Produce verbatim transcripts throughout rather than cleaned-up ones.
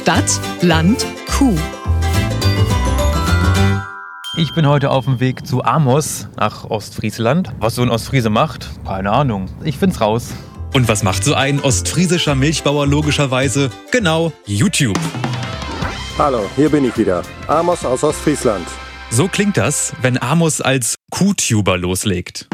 Stadt, Land, Kuh. Ich bin heute auf dem Weg zu Amos nach Ostfriesland. Was so ein Ostfriese macht? Keine Ahnung. Ich find's raus. Und was macht so ein ostfriesischer Milchbauer logischerweise? Genau, YouTube. Hallo, hier bin ich wieder. Amos aus Ostfriesland. So klingt das, wenn Amos als Kuhtuber loslegt.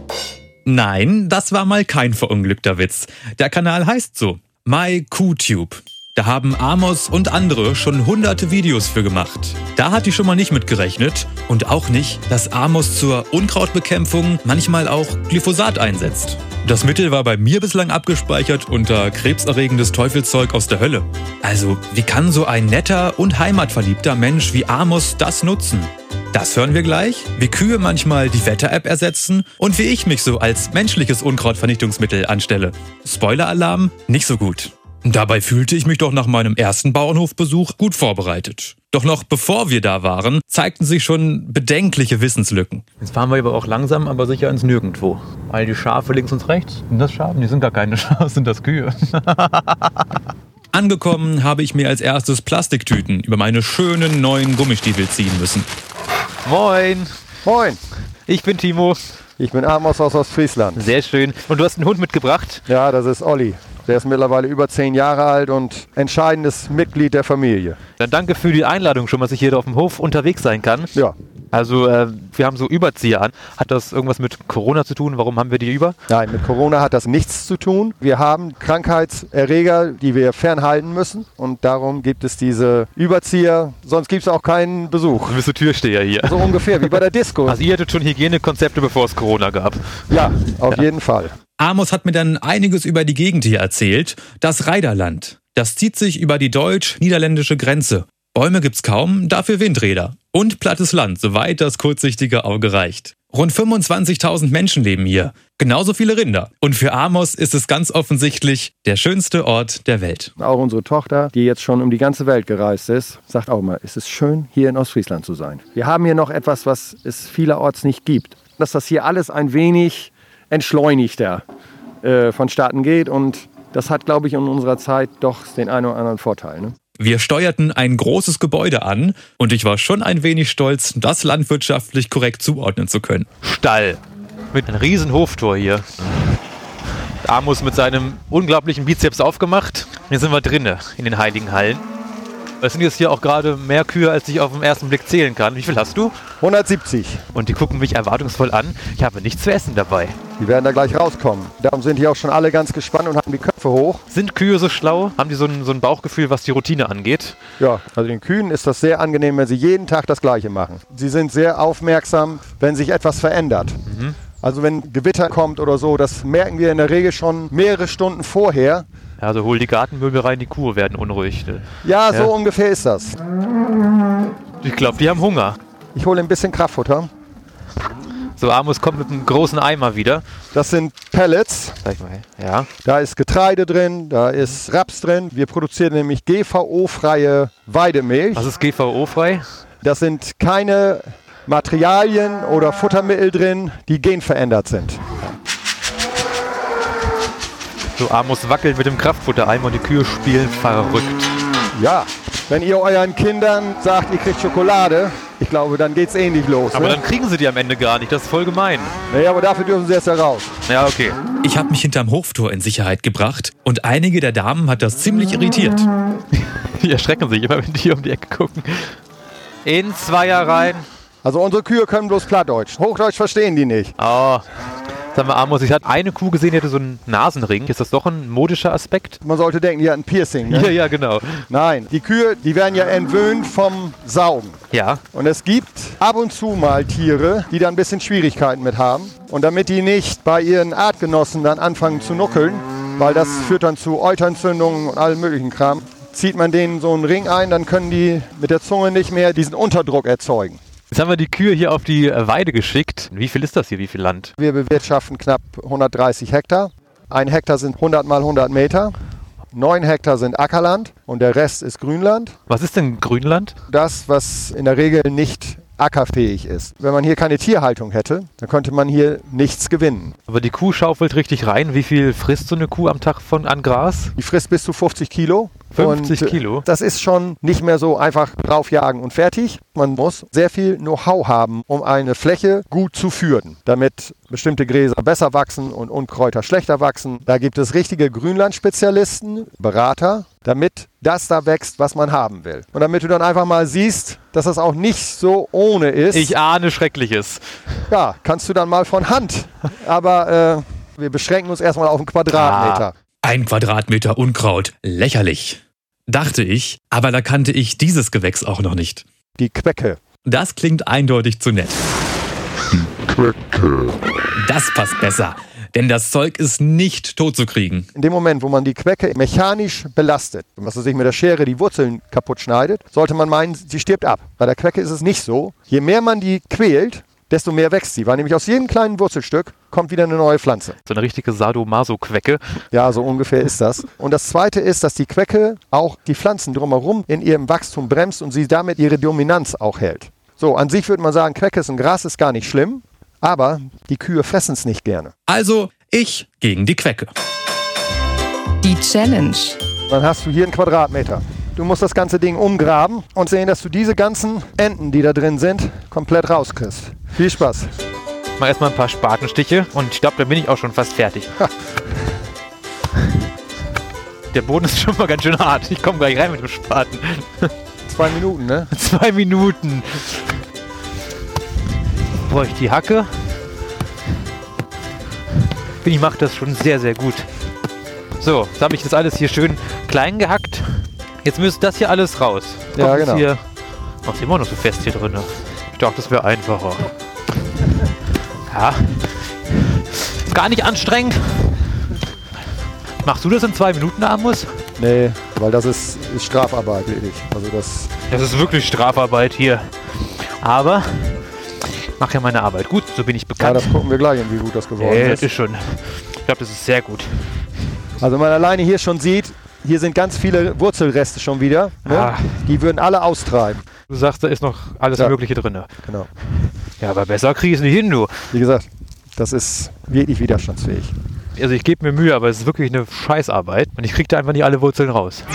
Nein, das war mal kein verunglückter Witz. Der Kanal heißt so, MyKuhTube. Da haben Amos und andere schon hunderte Videos für gemacht. Da hat die schon mal nicht mitgerechnet und auch nicht, dass Amos zur Unkrautbekämpfung manchmal auch Glyphosat einsetzt. Das Mittel war bei mir bislang abgespeichert unter krebserregendes Teufelszeug aus der Hölle. Also, wie kann so ein netter und heimatverliebter Mensch wie Amos das nutzen? Das hören wir gleich, wie Kühe manchmal die Wetter-App ersetzen und wie ich mich so als menschliches Unkrautvernichtungsmittel anstelle. Spoiler-Alarm, nicht so gut. Dabei fühlte ich mich doch nach meinem ersten Bauernhofbesuch gut vorbereitet. Doch noch bevor wir da waren, zeigten sich schon bedenkliche Wissenslücken. Jetzt fahren wir aber auch langsam, aber sicher ins Nirgendwo. All die Schafe links und rechts. Sind das Schafe? Die sind gar keine Schafe, sind das Kühe. Angekommen habe ich mir als erstes Plastiktüten über meine schönen neuen Gummistiefel ziehen müssen. Moin! Moin, Ich bin Timo. ich bin Amos aus Ostfriesland. Sehr schön. Und du hast einen Hund mitgebracht? Ja, das ist Olli. Der ist mittlerweile über zehn Jahre alt und entscheidendes Mitglied der Familie. Dann danke für die Einladung schon, dass ich hier auf dem Hof unterwegs sein kann. Ja, Also äh, wir haben so Überzieher an. Hat das irgendwas mit Corona zu tun? Warum haben wir die über? nein, mit Corona hat das nichts zu tun. Wir haben Krankheitserreger, die wir fernhalten müssen und darum gibt es diese Überzieher. Sonst gibt es auch keinen Besuch. Du bist der Türsteher hier. So ungefähr wie bei der Disco. Also ihr hattet schon Hygienekonzepte, bevor es Corona gab. Ja, auf jeden Fall. Amos hat mir dann einiges über die Gegend hier erzählt. Das Reiderland. Das zieht sich über die deutsch-niederländische Grenze. Bäume gibt's kaum, dafür Windräder. Und plattes Land, soweit das kurzsichtige Auge reicht. Rund fünfundzwanzigtausend Menschen leben hier. Genauso viele Rinder. Und für Amos ist es ganz offensichtlich der schönste Ort der Welt. Auch unsere Tochter, die jetzt schon um die ganze Welt gereist ist, sagt auch mal, es ist schön, hier in Ostfriesland zu sein. Wir haben hier noch etwas, was es vielerorts nicht gibt. Dass das hier alles ein wenig entschleunigter äh, vonstatten geht und das hat, glaube ich, in unserer Zeit doch den einen oder anderen Vorteil. Ne? Wir steuerten ein großes Gebäude an und ich war schon ein wenig stolz, das landwirtschaftlich korrekt zuordnen zu können. Stall. Mit einem riesen Hoftor hier. Amos mit seinem unglaublichen Bizeps aufgemacht. Hier sind wir drinnen in den heiligen Hallen. Es sind jetzt hier auch gerade mehr Kühe, als ich auf den ersten Blick zählen kann. Wie viel hast du? hundertsiebzig. Und die gucken mich erwartungsvoll an. Ich habe nichts zu essen dabei. Die werden da gleich rauskommen. Darum sind die auch schon alle ganz gespannt und haben die Köpfe hoch. Sind Kühe so schlau? Haben die so ein, so ein Bauchgefühl, was die Routine angeht? Ja, also den Kühen ist das sehr angenehm, wenn sie jeden Tag das Gleiche machen. Sie sind sehr aufmerksam, wenn sich etwas verändert. Mhm. Also wenn Gewitter kommt oder so, das merken wir in der Regel schon mehrere Stunden vorher. Ja, also hol die Gartenmöbel rein, die Kühe werden unruhig. Ja, so Ja. ungefähr ist das. Ich glaube, die haben Hunger. Ich hole ein bisschen Kraftfutter. So, Amos kommt mit einem großen Eimer wieder. Das sind Pellets. Zeig mal. Ja. Da ist Getreide drin, da ist Raps drin. Wir produzieren nämlich G V O-freie Weidemilch. Was ist G V O-frei? Das sind keine Materialien oder Futtermittel drin, die genverändert sind. So, Amos wackelt mit dem Kraftfuttereimer und die Kühe spielen verrückt. Ja, wenn ihr euren Kindern sagt, ihr kriegt Schokolade, ich glaube, dann geht's ähnlich los. Aber ne? dann kriegen sie die am Ende gar nicht. Das ist voll gemein. Naja, aber dafür dürfen sie erst heraus. Ja, okay. Ich habe mich hinterm Hoftor in Sicherheit gebracht und einige der Damen hat das ziemlich irritiert. Die erschrecken sich immer, wenn die hier um die Ecke gucken. In Zweier rein. Also unsere Kühe können bloß Plattdeutsch. Hochdeutsch verstehen die nicht. Oh. Sag mal, Amos, ich hatte eine Kuh gesehen, die hatte so einen Nasenring. Ist das doch ein modischer Aspekt? Man sollte denken, die hat ein Piercing. Ne? Ja, ja, genau. Nein, die Kühe, die werden ja entwöhnt vom Saugen. Ja. Und es gibt ab und zu mal Tiere, die da ein bisschen Schwierigkeiten mit haben. Und damit die nicht bei ihren Artgenossen dann anfangen zu nuckeln, weil das führt dann zu Euterentzündungen und allem möglichen Kram, zieht man denen so einen Ring ein, dann können die mit der Zunge nicht mehr diesen Unterdruck erzeugen. Jetzt haben wir die Kühe hier auf die Weide geschickt. Wie viel ist das hier? Wie viel Land? Wir bewirtschaften knapp hundertdreißig Hektar. Ein Hektar sind hundert mal hundert Meter. Neun Hektar sind Ackerland und der Rest ist Grünland. Was ist denn Grünland? Das, was in der Regel nicht ackerfähig ist. Wenn man hier keine Tierhaltung hätte, dann könnte man hier nichts gewinnen. Aber die Kuh schaufelt richtig rein. Wie viel frisst so eine Kuh am Tag von, an Gras? Die frisst bis zu fünfzig Kilo. fünfzig und, Kilo? Das ist schon nicht mehr so einfach draufjagen und fertig. Man muss sehr viel Know-how haben, um eine Fläche gut zu führen, damit bestimmte Gräser besser wachsen und Unkräuter schlechter wachsen. Da gibt es richtige Grünlandspezialisten, Berater, damit das da wächst, was man haben will. Und damit du dann einfach mal siehst, dass das auch nicht so ohne ist. Ich ahne Schreckliches. Ja, kannst du dann mal von Hand. Aber äh, wir beschränken uns erstmal auf einen Quadratmeter. Ah. Ein Quadratmeter Unkraut. Lächerlich. Dachte ich, aber da kannte ich dieses Gewächs auch noch nicht. Die Quecke. Das klingt eindeutig zu nett. Quecke. Das passt besser, denn das Zeug ist nicht totzukriegen. In dem Moment, wo man die Quecke mechanisch belastet, was sich mit der Schere die Wurzeln kaputt schneidet, sollte man meinen, sie stirbt ab. Bei der Quecke ist es nicht so. Je mehr man die quält, desto mehr wächst sie, weil nämlich aus jedem kleinen Wurzelstück kommt wieder eine neue Pflanze. So eine richtige Sadomaso-Quecke. Ja, so ungefähr ist das. Und das Zweite ist, dass die Quecke auch die Pflanzen drumherum in ihrem Wachstum bremst und sie damit ihre Dominanz auch hält. So, an sich würde man sagen, Quecke ist ein Gras, ist gar nicht schlimm, aber die Kühe fressen es nicht gerne. Also ich gegen die Quecke. Die Challenge. Dann hast du hier einen Quadratmeter. Du musst das ganze Ding umgraben und sehen, dass du diese ganzen Enden, die da drin sind, komplett rauskriegst. Viel Spaß. Ich mach erstmal ein paar Spatenstiche und ich glaube, dann bin ich auch schon fast fertig. Ha. Der Boden ist schon mal ganz schön hart. Ich komme gleich rein mit dem Spaten. Zwei Minuten, ne? Zwei Minuten. Brauche ich die Hacke? Ich finde, ich mache das schon sehr, sehr gut. So, jetzt habe ich das alles hier schön klein gehackt. Jetzt müsste das hier alles raus. Ja, Kommt genau. Hier, ach, ist immer noch so fest hier drin. Ich dachte, das wäre einfacher. Ja. Ist gar nicht anstrengend. Machst du das in zwei Minuten, Amos? Nee, weil das ist, ist Strafarbeit, wirklich. Also das. Das ist wirklich Strafarbeit hier. Aber ich mache ja meine Arbeit gut, so bin ich Ja, bekannt. das gucken wir gleich, wie gut das geworden Ja, das ist. ist schon. Ich glaube, das ist sehr gut. Also wenn man alleine hier schon sieht, hier sind ganz viele Wurzelreste schon wieder. Ne? Ah. Die würden alle austreiben. Du sagst, da ist noch alles Ja. Mögliche drin. Genau. Ja, aber besser krieg ich es nicht hin, du. Wie gesagt, das ist wirklich widerstandsfähig. Also ich gebe mir Mühe, aber es ist wirklich eine Scheißarbeit. Und ich kriege da einfach nicht alle Wurzeln raus.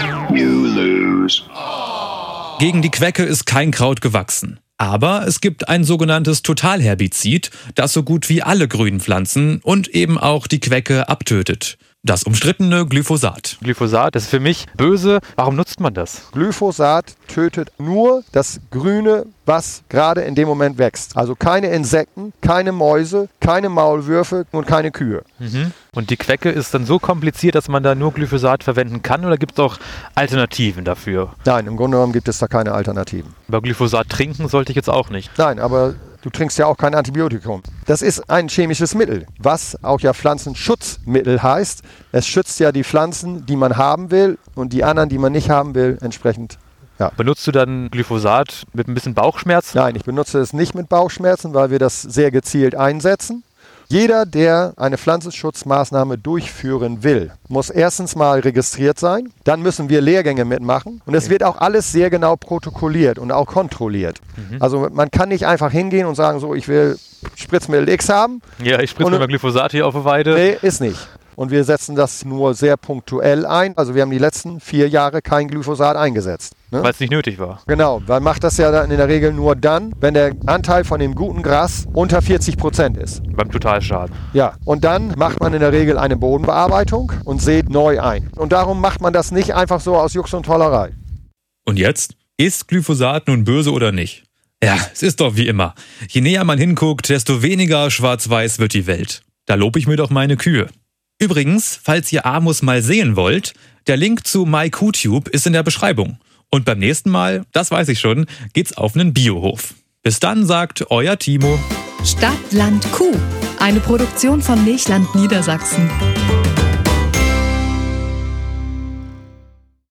Gegen die Quecke ist kein Kraut gewachsen. Aber es gibt ein sogenanntes Totalherbizid, das so gut wie alle grünen Pflanzen und eben auch die Quecke abtötet. Das umstrittene Glyphosat. Glyphosat ist für mich böse. Warum nutzt man das? Glyphosat tötet nur das Grüne, was gerade in dem Moment wächst. Also keine Insekten, keine Mäuse, keine Maulwürfe und keine Kühe. Mhm. Und die Quecke ist dann so kompliziert, dass man da nur Glyphosat verwenden kann? Oder gibt es auch Alternativen dafür? Nein, im Grunde genommen gibt es da keine Alternativen. Aber Glyphosat trinken sollte ich jetzt auch nicht. Nein, aber du trinkst ja auch kein Antibiotikum. Das ist ein chemisches Mittel, was auch ja Pflanzenschutzmittel heißt. Es schützt ja die Pflanzen, die man haben will und die anderen, die man nicht haben will, entsprechend. Ja. Benutzt du dann Glyphosat mit ein bisschen Bauchschmerzen? Nein, ich benutze es nicht mit Bauchschmerzen, weil wir das sehr gezielt einsetzen. Jeder, der eine Pflanzenschutzmaßnahme durchführen will, muss erstens mal registriert sein. Dann müssen wir Lehrgänge mitmachen. Und es wird auch alles sehr genau protokolliert und auch kontrolliert. Mhm. Also man kann nicht einfach hingehen und sagen, so, ich will Spritzmittel X haben. Ja, ich spritze Und- mir mal Glyphosat hier auf der Weide. Nee, ist nicht. Und wir setzen das nur sehr punktuell ein. Also wir haben die letzten vier Jahre kein Glyphosat eingesetzt. Ne? Weil es nicht nötig war. Genau, man macht das ja dann in der Regel nur dann, wenn der Anteil von dem guten Gras unter vierzig Prozent ist. Beim Totalschaden. Ja, und dann macht man in der Regel eine Bodenbearbeitung und sät neu ein. Und darum macht man das nicht einfach so aus Jux und Tollerei. Und jetzt? Ist Glyphosat nun böse oder nicht? Ja, es ist doch wie immer. Je näher man hinguckt, desto weniger schwarz-weiß wird die Welt. Da lobe ich mir doch meine Kühe. Übrigens, falls ihr Amos mal sehen wollt, der Link zu MyQTube ist in der Beschreibung. Und beim nächsten Mal, das weiß ich schon, geht's auf einen Biohof. Bis dann sagt euer Timo. Stadt, Land, Kuh. Eine Produktion von Milchland Niedersachsen.